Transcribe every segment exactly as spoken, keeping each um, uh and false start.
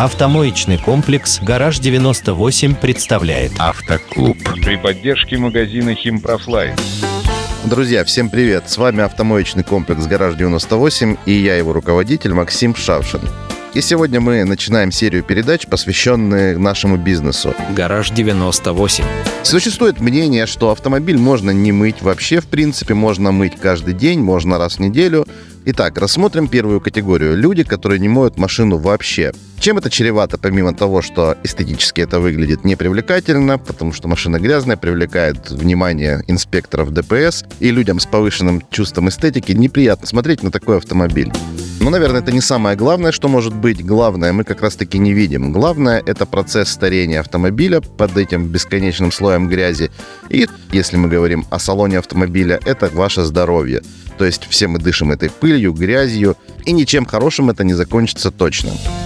Автомоечный комплекс «Гараж девяносто восемь» представляет Автоклуб при поддержке магазина «Химпрофлайн». Друзья, всем привет! С вами автомоечный комплекс «Гараж девяносто восемь» и я, его руководитель Максим Шавшин. И сегодня мы начинаем серию передач, посвященных нашему бизнесу. «Гараж девяносто восемь». Существует мнение, что автомобиль можно не мыть вообще, в принципе, можно мыть каждый день, можно раз в неделю. Итак, рассмотрим первую категорию. Люди, которые не моют машину вообще. Чем это чревато, помимо того, что эстетически это выглядит непривлекательно, потому что машина грязная, привлекает внимание инспекторов ДПС, и людям с повышенным чувством эстетики неприятно смотреть на такой автомобиль. Ну, наверное, это не самое главное, что может быть. Главное мы как раз-таки не видим. Главное — это процесс старения автомобиля под этим бесконечным слоем грязи. И, если мы говорим о салоне автомобиля, это ваше здоровье. То есть все мы дышим этой пылью, грязью, и ничем хорошим это не закончится точно.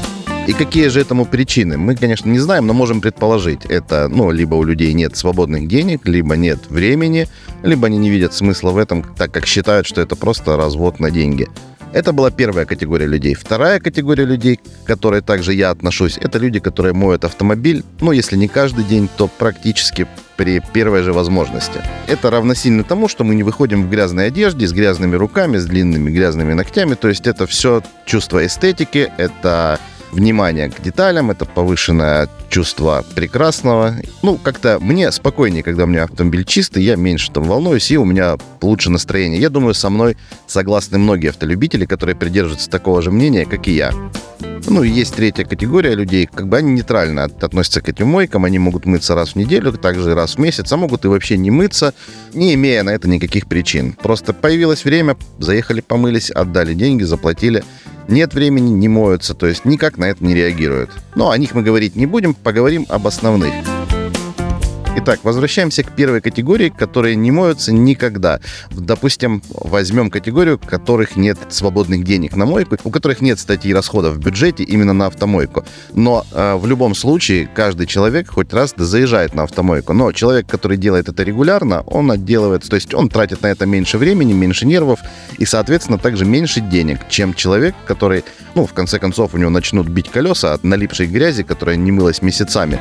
И какие же этому причины? Мы, конечно, не знаем, но можем предположить. Это, ну, либо у людей нет свободных денег, либо нет времени, либо они не видят смысла в этом, так как считают, что это просто развод на деньги. Это была первая категория людей. Вторая категория людей, к которой также я отношусь, это люди, которые моют автомобиль, ну, если не каждый день, то практически при первой же возможности. Это равносильно тому, что мы не выходим в грязной одежде, с грязными руками, с длинными грязными ногтями. То есть это все чувство эстетики, это внимание к деталям, это повышенное чувство прекрасного. Ну, как-то мне спокойнее, когда у меня автомобиль чистый, я меньше там волнуюсь, и у меня лучше настроение. Я думаю, со мной согласны многие автолюбители, которые придерживаются такого же мнения, как и я. Ну, и есть третья категория людей, как бы они нейтрально относятся к этим мойкам, они могут мыться раз в неделю, также раз в месяц, а могут и вообще не мыться, не имея на это никаких причин. Просто появилось время, заехали, помылись, отдали деньги, заплатили. Нет времени, не моются, то есть никак на это не реагируют. Но о них мы говорить не будем, поговорим об основных. Итак, возвращаемся к первой категории, которые не моются никогда. Допустим, возьмем категорию, у которых нет свободных денег на мойку, у которых нет статьи расходов в бюджете именно на автомойку. Но э, в любом случае каждый человек хоть раз заезжает на автомойку. Но человек, который делает это регулярно, он отделывается, то есть он тратит на это меньше времени, меньше нервов и, соответственно, также меньше денег, чем человек, который, ну, в конце концов, у него начнут бить колеса от налипшей грязи, которая не мылась месяцами.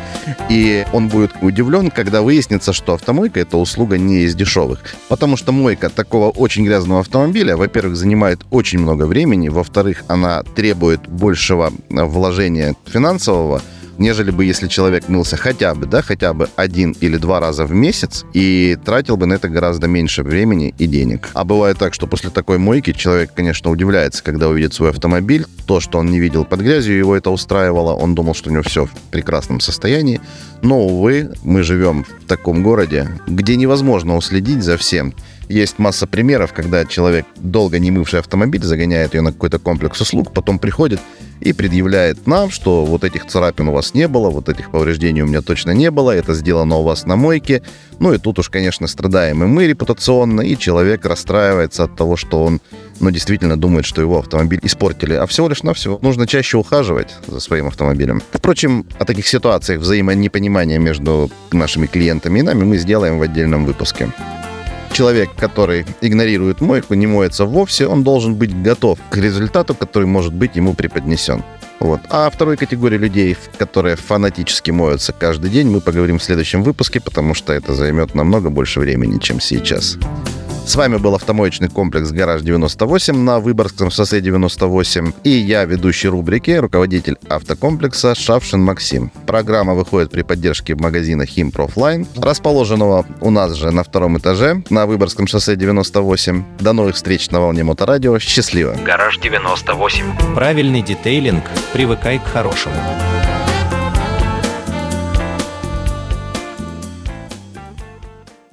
И он будет удивлен, как когда выяснится, что автомойка — это услуга не из дешевых. Потому что мойка такого очень грязного автомобиля, во-первых, занимает очень много времени, во-вторых, она требует большего вложения финансового, нежели бы если человек мылся хотя бы, да, хотя бы один или два раза в месяц и тратил бы на это гораздо меньше времени и денег. А бывает так, что после такой мойки человек, конечно, удивляется, когда увидит свой автомобиль. То, что он не видел под грязью, его это устраивало. Он думал, что у него все в прекрасном состоянии. Но, увы, мы живем в таком городе, где невозможно уследить за всем. Есть масса примеров, когда человек, долго не мывший автомобиль, загоняет ее на какой-то комплекс услуг, потом приходит и предъявляет нам, что вот этих царапин у вас не было, вот этих повреждений у меня точно не было, это сделано у вас на мойке. Ну и тут уж, конечно, страдаем и мы репутационно, и человек расстраивается от того, что он, ну, действительно думает, что его автомобиль испортили. А всего лишь навсего нужно чаще ухаживать за своим автомобилем. Впрочем, о таких ситуациях взаимонепонимания между нашими клиентами и нами мы сделаем в отдельном выпуске. Человек, который игнорирует мойку, не моется вовсе, он должен быть готов к результату, который может быть ему преподнесен. Вот. А о второй категории людей, которые фанатически моются каждый день, мы поговорим в следующем выпуске, потому что это займет намного больше времени, чем сейчас. С вами был автомоечный комплекс «Гараж девяносто восемь» на Выборгском шоссе девяносто восемь. И я, ведущий рубрики, руководитель автокомплекса Шавшин Максим. Программа выходит при поддержке магазина «Химпрофлайн», расположенного у нас же на втором этаже на Выборгском шоссе девяносто восемь. До новых встреч на волне Моторадио. Счастливо! «Гараж девяносто восемь». Правильный детейлинг. Привыкай к хорошему.